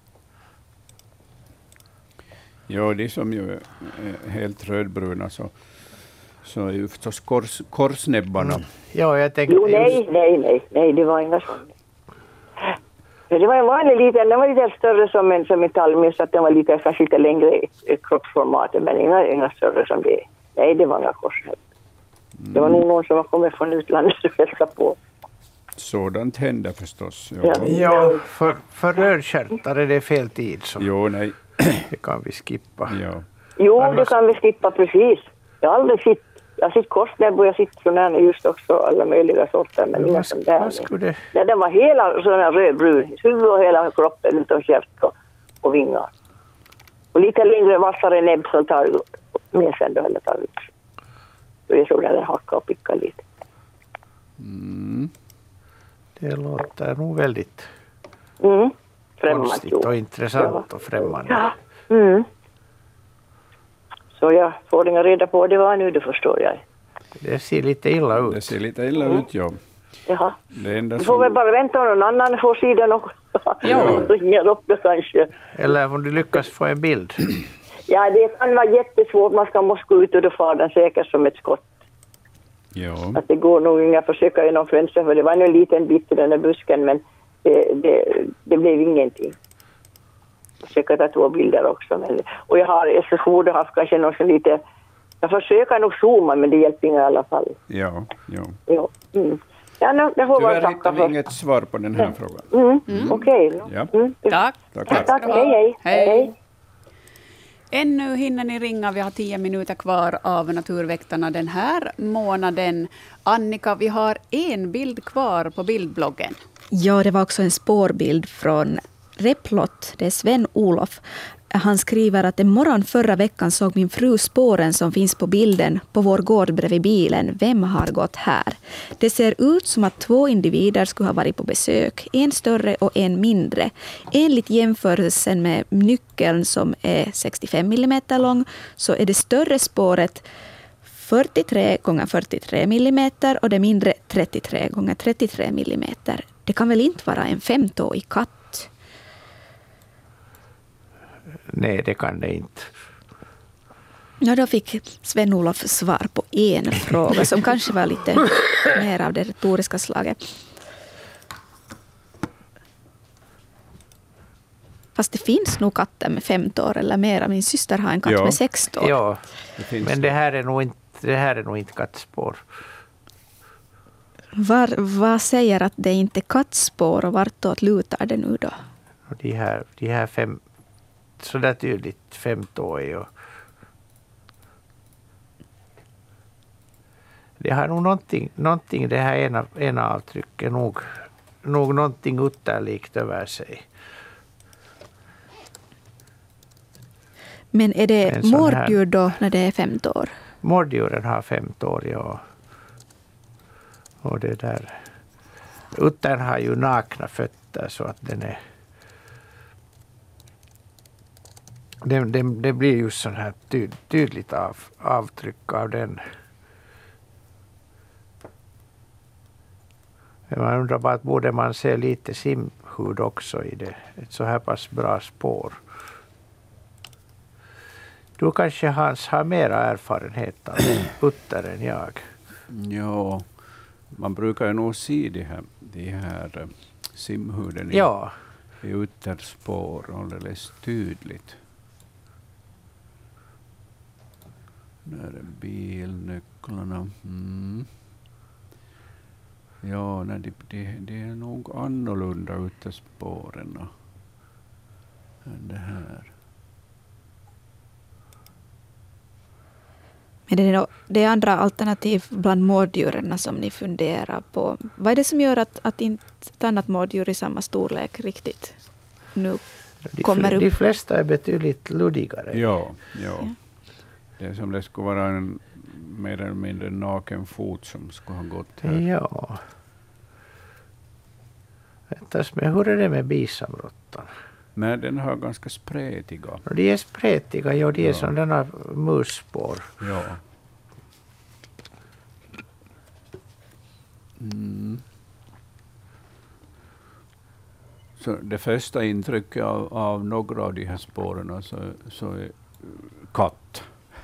Ja, det som ju är helt rödbruna så är ju förstås korsnäbbarna. Ja, jag tänkte... Jo, nej, det var inga sådana. Det var en vanlig liten, den var lite större som en talgmus, så att den var kanske lite längre i kroppsformatet, men inga större som det. Nej, det var inga korsnäbb. Det var nog någon som har kommit från utlandet och hälsat på. Sådant händer förstås. Ja, för rödstjärtar är det fel tid. Så. Jo, nej. Det kan vi skippa. Ja. Jo, det kan vi skippa precis. Jag har aldrig sett. Jag har sett korsnäbb och jag har sett sån här just också, alla möjliga sorter. Men inga sån där. Nej, den var hela sån här rödbrun. Huvud och hela kroppen utom käft och vingar. Och lite längre vassare näbb som tar med sen då eller tar ut. Så jag såg den hacka och picka lite. Det låter nog väldigt konstigt och intressant och främmande. Ja. Så jag får inga reda på det var nu, det förstår jag. Det ser lite illa ut. Det ser lite illa ut, ja. Jaha. Vi får väl bara vänta om någon annan får sidan och ringer upp det kanske. Eller om du lyckas få en bild. Ja, det kan vara jättesvårt. Man måste gå ut och då far den säkert som ett skott. Ja. Att det går nog inga försöka genom fönstret, för det var en liten bit i den där busken, men det blev ingenting. Jag försöker ta 2 bilder också. Och jag har haft kanske något lite... Jag försöker nog zooma, men det hjälper inga i alla fall. Ja. Ja, det får tyvärr hittar vi inget svar på den här frågan. Okej. Ja. Tack. Hej. Ännu hinner ni ringa. Vi har 10 minuter kvar av Naturväktarna den här månaden. Annika, vi har en bild kvar på bildbloggen. Ja, det var också en spårbild från Replott. Det är Sven-Olof. Han skriver att en morgon förra veckan såg min fru spåren som finns på bilden på vår gård bredvid bilen. Vem har gått här? Det ser ut som att 2 individer skulle ha varit på besök. En större och en mindre. Enligt jämförelsen med nyckeln som är 65 mm lång så är det större spåret 43 gånger 43 mm och det mindre 33 gånger 33 mm. Det kan väl inte vara en 5-tåig katt? Nej, det kan det inte. Ja, då fick Sven-Olof svar på en fråga som kanske var lite mer av det retoriska slaget. Fast det finns nog katter med 5 tår eller mer. Min syster har en katt med 6 tår. Ja, men det här är nog inte kattspår. Vad säger att det inte är kattspår och vartåt lutar det nu då? De här 5, så där tydligt 5-tåig. Det har nog någonting det här ena avtrycket nog någonting utterlikt över sig. Men är det mårddjur då när det är 5 tår? Mårddjuren har 5 tår, ja. Och det där. Uttern har ju nakna fötter så att den är... Det blir ju sån här tydligt avtryck av den. Man undrar bara att borde man se lite simhud också i det. Ett så här pass bra spår. Du kanske Hans har mera erfarenhet av utter än jag. Ja, man brukar ju nog se de här simhuden i utterspår alldeles tydligt. Där är bilnycklarna. Ja, nej, det är nog annorlunda ute spåren än det här. Men det är andra alternativ bland mårddjuren som ni funderar på. Vad är det som gör att inte ett annat mårddjur i samma storlek riktigt nu kommer upp? De flesta är betydligt luddigare. Ja. Det är som det skulle vara en mer eller mindre naken fot som skulle ha gått här. Ja. Men hur är det med bisamråttan? Nej, den har ganska spretiga. De är spretiga, ja, de är sådana musspår. Ja. Så det första intrycket av några av de här spåren så är katt.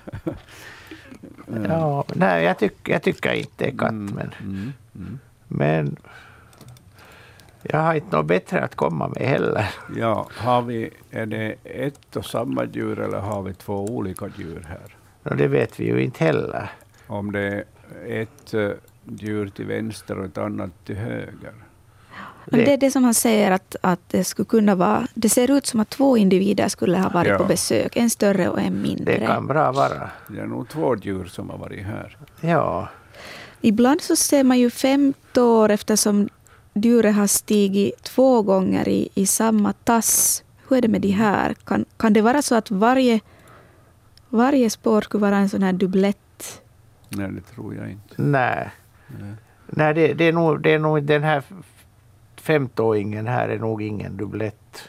Ja, nej, jag tycker inte det är katt, men jag har inte något bättre att komma med heller. Ja, är det ett och samma djur eller har vi två olika djur här? No, det vet vi ju inte heller. Om det är ett djur till vänster och ett annat till höger. Det är det som han säger att det skulle kunna vara. Det ser ut som att två individer skulle ha varit på besök. En större och en mindre. Det kan bra vara. Det är nog två djur som har varit här. Ja. Ibland så ser man ju 50 år eftersom djuret har stigit 2 gånger i samma tass. Hur är det med de här? Kan det vara så att varje spår skulle vara en sån här dubblett? Nej, det tror jag inte. Nej, det är nog den här 50-åringen här är nog ingen dubblett.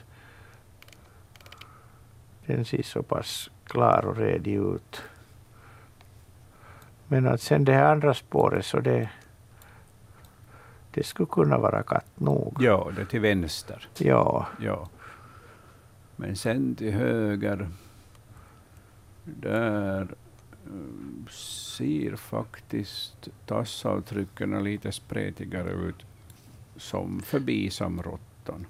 Den ser så pass klar och redig ut. Men att sen det här andra spåret så det skulle kunna vara katt nog. Ja, det är till vänster. Ja. Men sen till höger, där ser faktiskt tassavtrycken lite spretigare ut som förbi samråttan.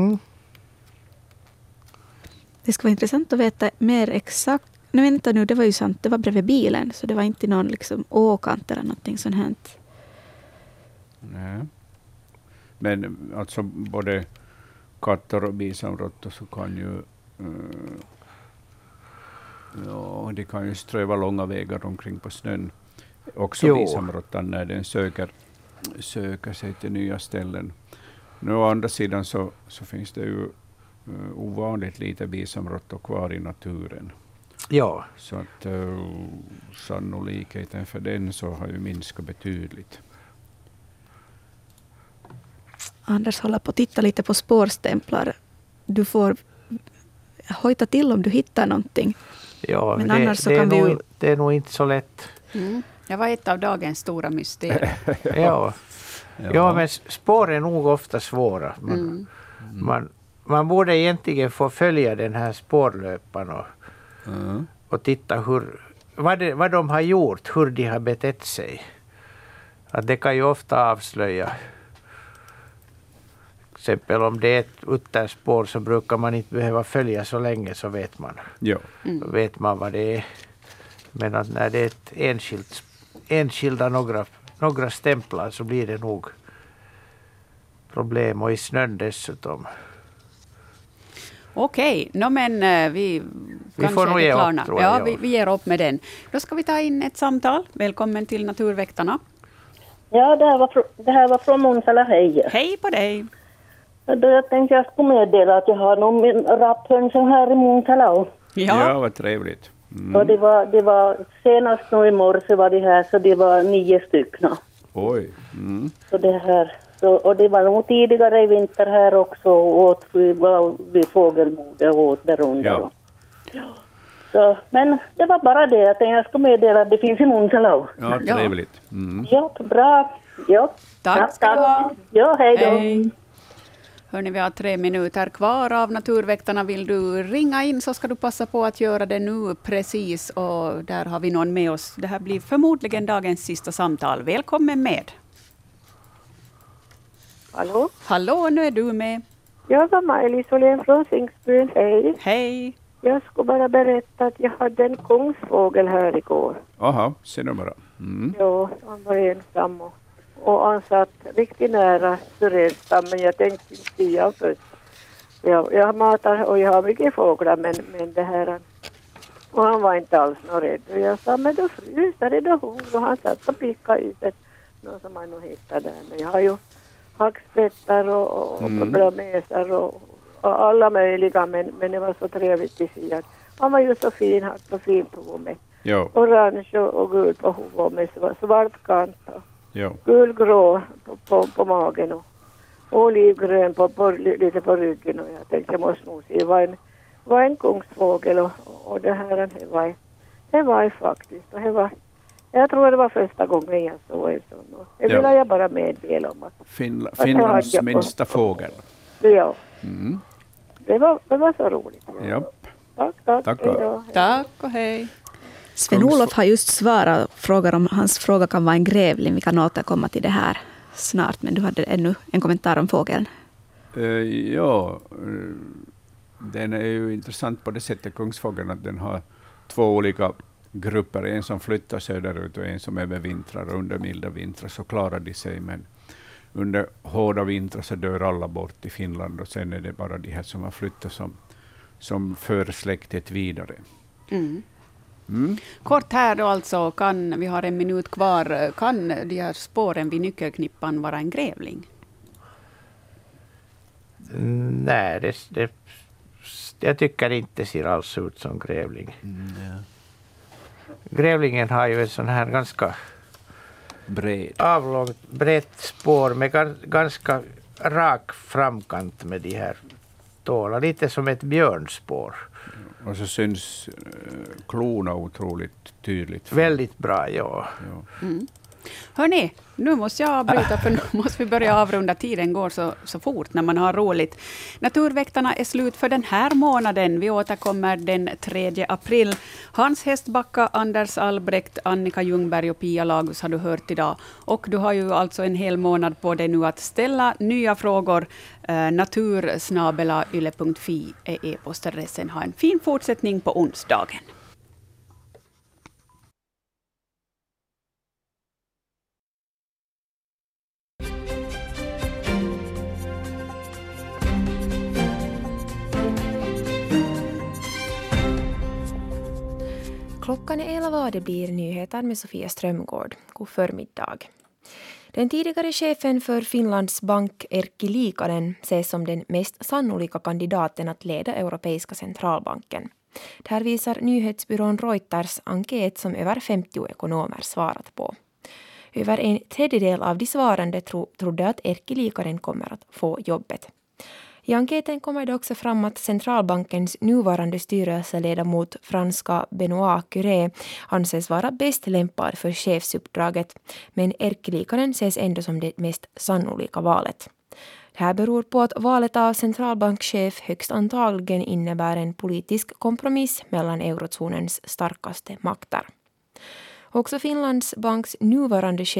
Det skulle vara intressant att veta mer exakt. Nu, det var ju sant, det var bredvid bilen så det var inte någon liksom åkant eller någonting sånt här. Nej. Men alltså både katter och bisamråttor så kan ju de kan ju ströva långa vägar omkring på snön. Också bisamråttan när den söker sig till nya ställen. Nu å andra sidan så finns det ju ovanligt lite bisamråttor kvar i naturen. Ja. Så att sannolikheten för den så har ju minskat betydligt. Anders håller på att titta lite på spårstämplar. Du får hojta till om du hittar någonting. Ja, men annars så kan det är nog inte så lätt. Det var ett av dagens stora mysterier. Ja, men spår är nog ofta svåra. Man borde egentligen få följa den här spårlöpan och titta vad de har gjort, hur de har betett sig. Att det kan ju ofta avslöja. Till exempel om det är ett utterspår så brukar man inte behöva följa så länge så vet man. Ja. Då vet man vad det är. Men att när det är ett enskilda några stämplar så blir det nog problem och i snön dessutom. Okej, men vi får nog ge upp, tror jag. Vi ger upp med den. Då ska vi ta in ett samtal. Välkommen till Naturväktarna. Ja, det här var från Månsala, hej. Hej på dig. Jag tänkte jag skulle meddela att jag har nog min rapphönsen här i Månsala. Ja, vad trevligt. Och det var senast nu i morse var det här så det var 9 stycken. Oj. Så det här och det var nog tidigare i vinter här också åt vi fågelborde och åt där under. Ja. Så, men det var bara det att jag ska meddela att det finns i Månsala. Ja, trevligt. Ja, bra. Ja. Tack ska du ha. Ja, hej då. Hörni, vi har 3 minuter kvar av Naturväktarna. Vill du ringa in så ska du passa på att göra det nu precis. Och där har vi någon med oss. Det här blir förmodligen dagens sista samtal. Välkommen med. Hallå? Hallå, nu är du med. Jag var Maj-Lis Åhlén från Singsbyn. Hej. Hej. Jag skulle bara berätta att jag hade en kungsfågel här igår. Aha, se nu bara. Mm. Ja, han var ensam och han satt riktigt nära syrénstammen. Jag tänkte inte stiga först. Jag matar och jag har mycket fåglar men det här... Och han var inte alls någon rädd. Och jag sa, men då fryser det då hon. Och han satt och pickade ut någon som han nog hittade där. Men jag har ju hackspettar och blåmesar och alla möjliga. Men det var så trevligt i sidan. Han var ju så fin, han så fint huvud med. Jo. Orange och gul på huvudet med svart kant. Jo. Gulgrå på magen och olivgrön lite på ryggen. Och jag tänkte jag måste nog se var en kungsfågel och det här det var faktiskt. Och jag tror det var första gången jag såg en sån. Det vill jag bara meddela om. Finlands minsta fågel. Ja. Mm. Det var så roligt. Ja. Tack. Tack och hej. Sven-Olof har just svarat och frågar om hans fråga kan vara en grävling. Vi kan återkomma till det här snart. Men du hade ännu en kommentar om fågeln. Ja, den är ju intressant på det sättet, kungsfågeln, att den har två olika grupper. En som flyttar söderut och en som övervintrar. Under milda vintrar så klarar de sig, men under hårda vintrar så dör alla bort i Finland och sen är det bara de här som har flyttat som för släktet vidare. Mm. Mm. Kort här då alltså, vi har en minut kvar, kan de här spåren vid nyckelknippan vara en grävling? Nej, jag tycker inte ser alls ut som grävling. Grävlingen har ju en sån här ganska avlångt brett spår med ganska rak framkant med de här tålarna, lite som ett björnspår. Och så syns klorna otroligt tydligt. Väldigt bra, ja. Mm. Hörrni, nu måste jag avbryta för nu måste vi börja avrunda. Tiden går så fort när man har roligt. Naturväktarna är slut för den här månaden. Vi återkommer den 3 april. Hans Hestbacka, Anders Albrecht, Annika Ljungberg och Pia Lagus har du hört idag. Och du har ju alltså en hel månad på dig nu att ställa nya frågor. natursnabela.yle.fi är e-postadressen. Ha en fin fortsättning på onsdagen. Klockan är 11 och det blir nyheter med Sofia Strömgård. God förmiddag. Den tidigare chefen för Finlands bank Erkki Liikanen ses som den mest sannolika kandidaten att leda Europeiska centralbanken. Det här visar nyhetsbyrån Reuters enkät som över 50 ekonomer svarat på. Över en tredjedel av de svarande trodde att Erkki Liikanen kommer att få jobbet. I enkäten kommer det också fram att centralbankens nuvarande styrelseledamot franska Benoît Curé anses vara bäst lämpad för chefsuppdraget, men Erkki Liikanen ses ändå som det mest sannolika valet. Det här beror på att valet av centralbankschef högst antagligen innebär en politisk kompromiss mellan eurozonens starkaste makter. Också Finlands banks nuvarande chef